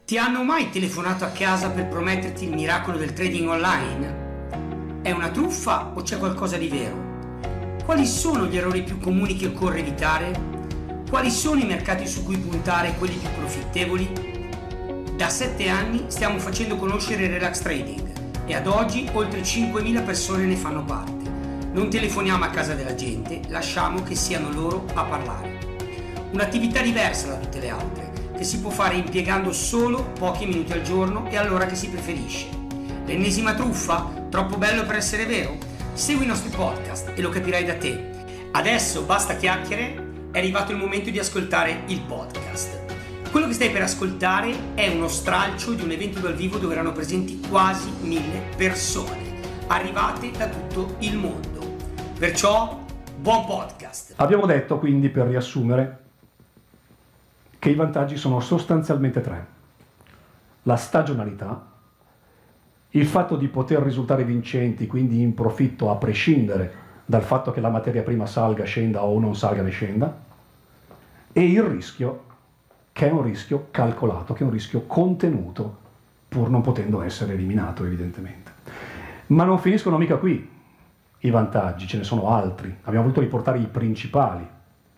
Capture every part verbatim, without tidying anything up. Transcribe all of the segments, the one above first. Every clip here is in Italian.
Ti hanno mai telefonato a casa per prometterti il miracolo del trading online? È una truffa o c'è qualcosa di vero? Quali sono gli errori più comuni che occorre evitare? Quali sono i mercati su cui puntare e quelli più profittevoli? Da sette anni stiamo facendo conoscere Relax Trading e ad oggi oltre cinquemila persone ne fanno parte. Non telefoniamo a casa della gente, lasciamo che siano loro a parlare. Un'attività diversa da tutte le altre, che si può fare impiegando solo pochi minuti al giorno e all'ora che si preferisce. L'ennesima truffa? Troppo bello per essere vero? Segui i nostri podcast e lo capirai da te. Adesso basta chiacchiere, è arrivato il momento di ascoltare il podcast. Quello che stai per ascoltare è uno stralcio di un evento dal vivo dove erano presenti quasi mille persone, arrivate da tutto il mondo. Perciò, buon podcast! Abbiamo detto quindi, per riassumere, che i vantaggi sono sostanzialmente tre. La stagionalità, il fatto di poter risultare vincenti, quindi in profitto a prescindere dal fatto che la materia prima salga, scenda o non salga né scenda, e il rischio, che è un rischio calcolato, che è un rischio contenuto, pur non potendo essere eliminato evidentemente. Ma non finiscono mica qui i vantaggi, ce ne sono altri. Abbiamo voluto riportare i principali.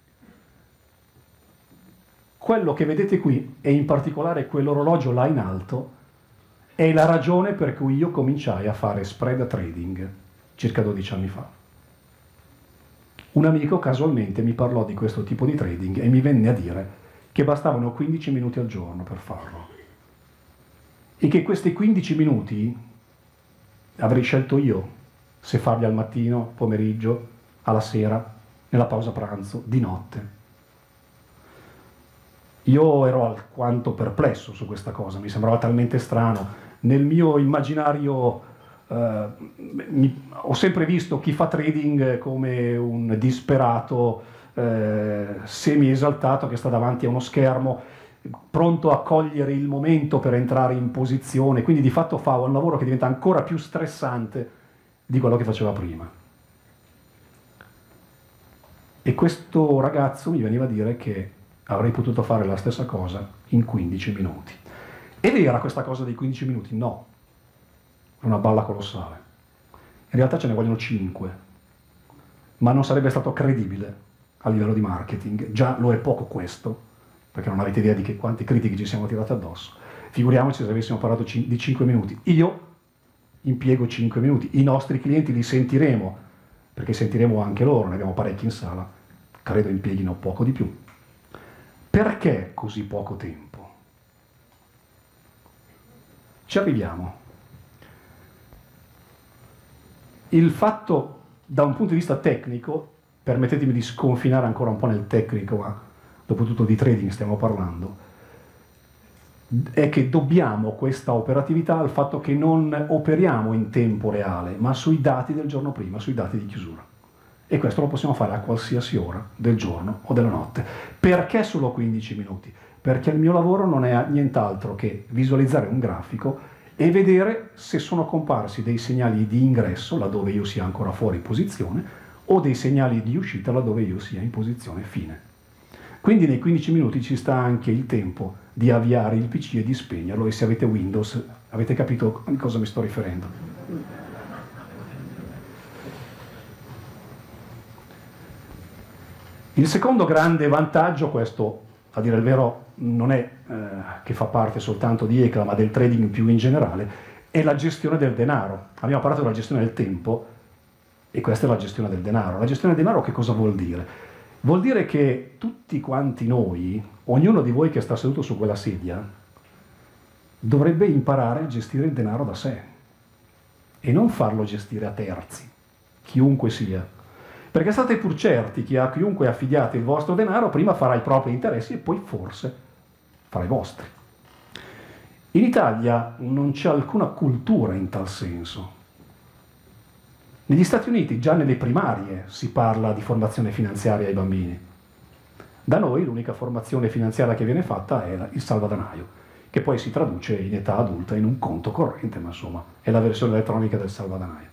Quello che vedete qui, e in particolare quell'orologio là in alto, è la ragione per cui io cominciai a fare spread trading circa dodici anni fa. Un amico casualmente mi parlò di questo tipo di trading e mi venne a dire che bastavano quindici minuti al giorno per farlo. E che questi quindici minuti avrei scelto io se farli al mattino, pomeriggio, alla sera, nella pausa pranzo, di notte. Io ero alquanto perplesso su questa cosa, mi sembrava talmente strano. Nel mio immaginario eh, mi, ho sempre visto chi fa trading come un disperato eh, semi-esaltato che sta davanti a uno schermo, pronto a cogliere il momento per entrare in posizione, quindi di fatto fa un lavoro che diventa ancora più stressante di quello che faceva prima. E questo ragazzo mi veniva a dire che avrei potuto fare la stessa cosa in quindici minuti. Ed era questa cosa dei quindici minuti? No, è una balla colossale. In realtà ce ne vogliono cinque, ma non sarebbe stato credibile a livello di marketing. Già lo è poco questo, perché non avete idea di che, quanti critiche ci siamo tirati addosso. Figuriamoci se avessimo parlato di cinque minuti. Io impiego cinque minuti, i nostri clienti li sentiremo, perché sentiremo anche loro, ne abbiamo parecchi in sala, credo impieghino poco di più. Perché così poco tempo? Ci arriviamo. Il fatto, da un punto di vista tecnico, permettetemi di sconfinare ancora un po' nel tecnico, ma dopo tutto di trading stiamo parlando, è che dobbiamo questa operatività al fatto che non operiamo in tempo reale, ma sui dati del giorno prima, sui dati di chiusura. E questo lo possiamo fare a qualsiasi ora del giorno o della notte. Perché solo quindici minuti? Perché il mio lavoro non è nient'altro che visualizzare un grafico e vedere se sono comparsi dei segnali di ingresso laddove io sia ancora fuori posizione o dei segnali di uscita laddove io sia in posizione fine. Quindi nei quindici minuti ci sta anche il tempo di avviare il P C e di spegnerlo, e se avete Windows avete capito a cosa mi sto riferendo. Il secondo grande vantaggio, questo a dire il vero non è eh, che fa parte soltanto di E C L A, ma del trading più in generale, è la gestione del denaro. Abbiamo parlato della gestione del tempo e questa è la gestione del denaro. La gestione del denaro che cosa vuol dire? Vuol dire che tutti quanti noi, ognuno di voi che sta seduto su quella sedia, dovrebbe imparare a gestire il denaro da sé e non farlo gestire a terzi, chiunque sia. Perché state pur certi che a chiunque affidiate il vostro denaro prima farà i propri interessi e poi forse farà i vostri. In Italia non c'è alcuna cultura in tal senso. Negli Stati Uniti già nelle primarie si parla di formazione finanziaria ai bambini. Da noi l'unica formazione finanziaria che viene fatta è il salvadanaio, che poi si traduce in età adulta in un conto corrente, ma insomma è la versione elettronica del salvadanaio.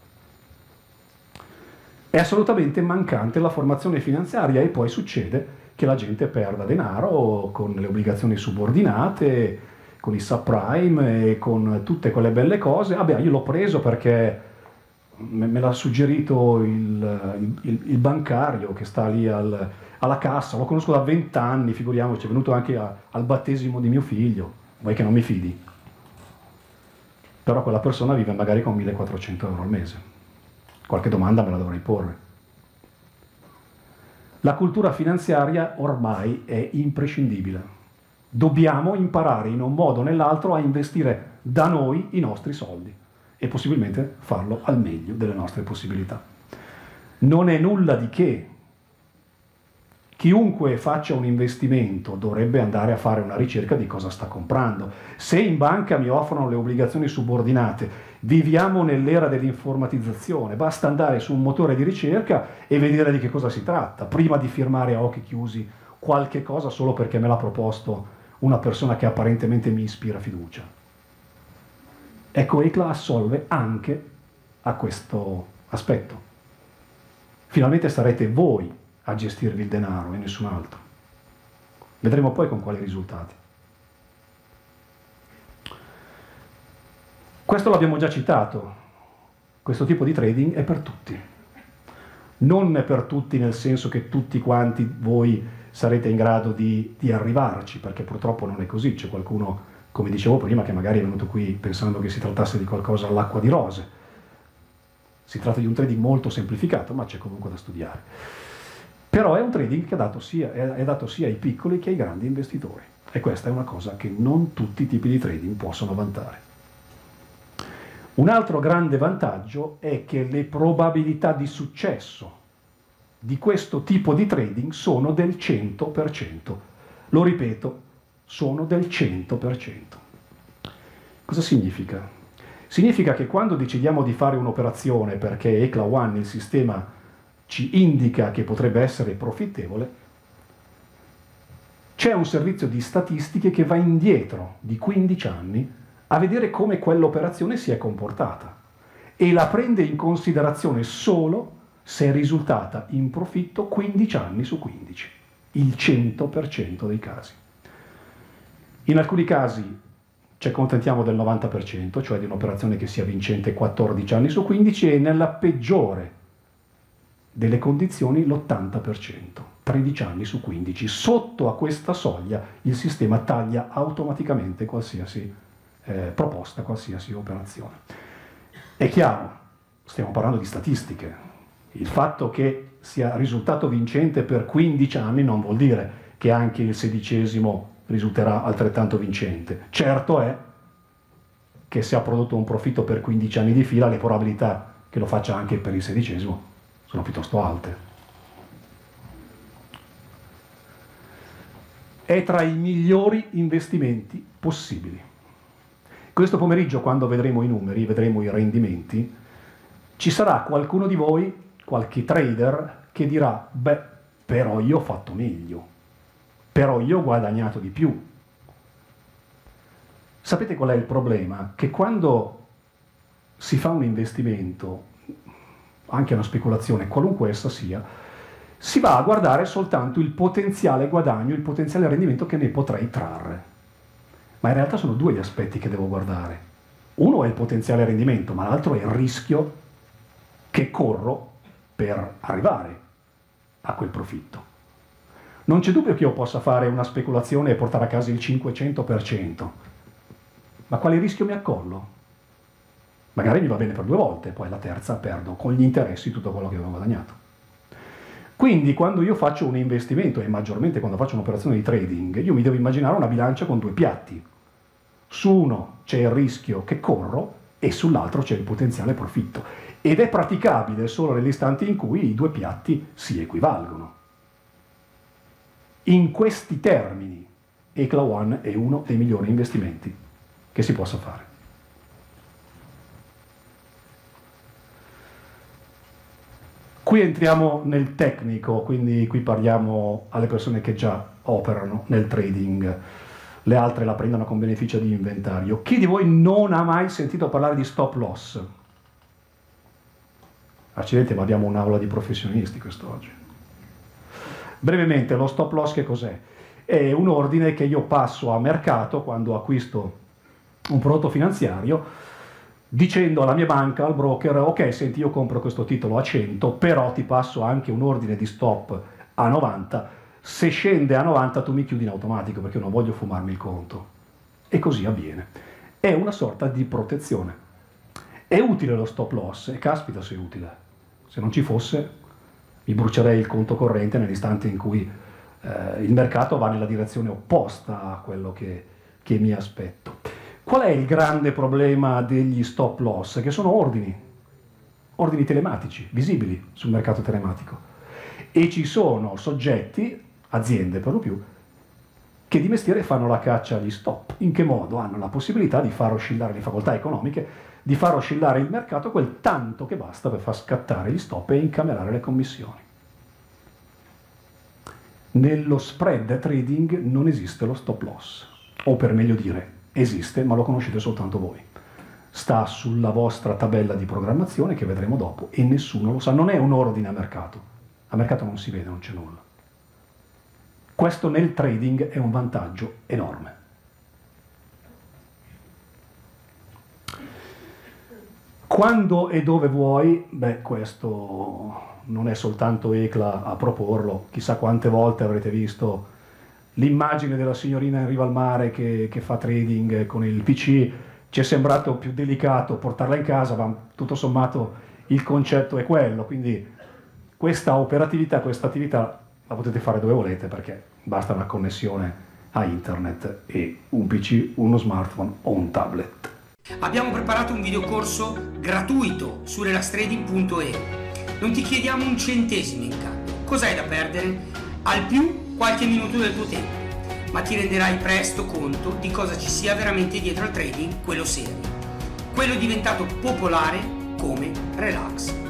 È assolutamente mancante la formazione finanziaria e poi succede che la gente perda denaro con le obbligazioni subordinate, con i subprime e con tutte quelle belle cose. Vabbè, io l'ho preso perché me, me l'ha suggerito il, il, il bancario che sta lì al, alla cassa, lo conosco da vent'anni, figuriamoci, è venuto anche a, al battesimo di mio figlio, vuoi che non mi fidi? Però quella persona vive magari con millequattrocento euro al mese. Qualche domanda me la dovrei porre. La cultura finanziaria ormai è imprescindibile. Dobbiamo imparare in un modo o nell'altro a investire da noi i nostri soldi e possibilmente farlo al meglio delle nostre possibilità. Non è nulla di che. Chiunque faccia un investimento dovrebbe andare a fare una ricerca di cosa sta comprando. Se in banca mi offrono le obbligazioni subordinate, viviamo nell'era dell'informatizzazione, basta andare su un motore di ricerca e vedere di che cosa si tratta, prima di firmare a occhi chiusi qualche cosa solo perché me l'ha proposto una persona che apparentemente mi ispira fiducia. Ecco, E C L A assolve anche a questo aspetto. Finalmente sarete voi a gestirvi il denaro e nessun altro. Vedremo poi con quali risultati. Questo l'abbiamo già citato, questo tipo di trading è per tutti. Non è per tutti nel senso che tutti quanti voi sarete in grado di, di arrivarci, perché purtroppo non è così. C'è qualcuno, come dicevo prima, che magari è venuto qui pensando che si trattasse di qualcosa all'acqua di rose. Si tratta di un trading molto semplificato, ma c'è comunque da studiare. Però è un trading che è dato, sia, è dato sia ai piccoli che ai grandi investitori. E questa è una cosa che non tutti i tipi di trading possono vantare. Un altro grande vantaggio è che le probabilità di successo di questo tipo di trading sono del cento per cento. Lo ripeto, sono del cento per cento. Cosa significa? Significa che quando decidiamo di fare un'operazione perché E C L A One, il sistema, ci indica che potrebbe essere profittevole, c'è un servizio di statistiche che va indietro di quindici anni a vedere come quell'operazione si è comportata e la prende in considerazione solo se è risultata in profitto quindici anni su quindici, il cento per cento dei casi. In alcuni casi ci accontentiamo del novanta per cento, cioè di un'operazione che sia vincente quattordici anni su quindici, e nella peggiore delle condizioni l'ottanta per cento, tredici anni su quindici. Sotto a questa soglia il sistema taglia automaticamente qualsiasi eh, proposta, qualsiasi operazione. È chiaro, stiamo parlando di statistiche. Il fatto che sia risultato vincente per quindici anni non vuol dire che anche il sedicesimo risulterà altrettanto vincente. Certo è che se ha prodotto un profitto per quindici anni di fila, le probabilità che lo faccia anche per il sedicesimo sono piuttosto alte. È tra i migliori investimenti possibili. Questo pomeriggio, quando vedremo i numeri, vedremo i rendimenti, ci sarà qualcuno di voi, qualche trader, che dirà: beh, però io ho fatto meglio, però io ho guadagnato di più. Sapete qual è il problema? Che quando si fa un investimento, anche una speculazione, qualunque essa sia, si va a guardare soltanto il potenziale guadagno, il potenziale rendimento che ne potrei trarre. Ma in realtà sono due gli aspetti che devo guardare. Uno è il potenziale rendimento, ma l'altro è il rischio che corro per arrivare a quel profitto. Non c'è dubbio che io possa fare una speculazione e portare a casa il cinquecento per cento, ma quale rischio mi accollo? Magari mi va bene per due volte, poi la terza perdo con gli interessi tutto quello che avevo guadagnato. Quindi quando io faccio un investimento, e maggiormente quando faccio un'operazione di trading, io mi devo immaginare una bilancia con due piatti. Su uno c'è il rischio che corro e sull'altro c'è il potenziale profitto. Ed è praticabile solo nell'istante in cui i due piatti si equivalgono. In questi termini, E C L A One è uno dei migliori investimenti che si possa fare. Qui entriamo nel tecnico, quindi qui parliamo alle persone che già operano nel trading, le altre la prendono con beneficio di inventario. Chi di voi non ha mai sentito parlare di stop loss? Accidenti, ma abbiamo un'aula di professionisti quest'oggi. Brevemente, lo stop loss che cos'è? è un ordine che io passo a mercato quando acquisto un prodotto finanziario, dicendo alla mia banca, al broker: ok, senti, io compro questo titolo a cento, però ti passo anche un ordine di stop a novanta, se scende a novanta tu mi chiudi in automatico perché io non voglio fumarmi il conto. E così avviene. È una sorta di protezione. È utile lo stop loss? E caspita se è utile. Se non ci fosse mi brucerei il conto corrente nell'istante in cui eh, il mercato va nella direzione opposta a quello che, che mi aspetto. Qual è il grande problema degli stop loss? Che sono ordini, ordini telematici, visibili sul mercato telematico. E ci sono soggetti, aziende per lo più, che di mestiere fanno la caccia agli stop. In che modo? Hanno la possibilità di far oscillare le facoltà economiche, di far oscillare il mercato quel tanto che basta per far scattare gli stop e incamerare le commissioni. Nello spread trading non esiste lo stop loss, o per meglio dire, esiste, ma lo conoscete soltanto voi. Sta sulla vostra tabella di programmazione che vedremo dopo e nessuno lo sa. Non è un ordine a mercato. A mercato non si vede, non c'è nulla. Questo nel trading è un vantaggio enorme. Quando e dove vuoi? Beh, questo non è soltanto E C L A a proporlo. Chissà quante volte avrete visto l'immagine della signorina in riva al mare che, che fa trading con il P C. Ci è sembrato più delicato portarla in casa, ma tutto sommato il concetto è quello. Quindi questa operatività, questa attività la potete fare dove volete, perché basta una connessione a internet e un P C, uno smartphone o un tablet. Abbiamo preparato un videocorso gratuito su relax trading punto e. Non ti chiediamo un centesimo in cambio. Cos'hai da perdere? Al più qualche minuto del tuo tempo, ma ti renderai presto conto di cosa ci sia veramente dietro al trading, quello serio, quello diventato popolare come Relax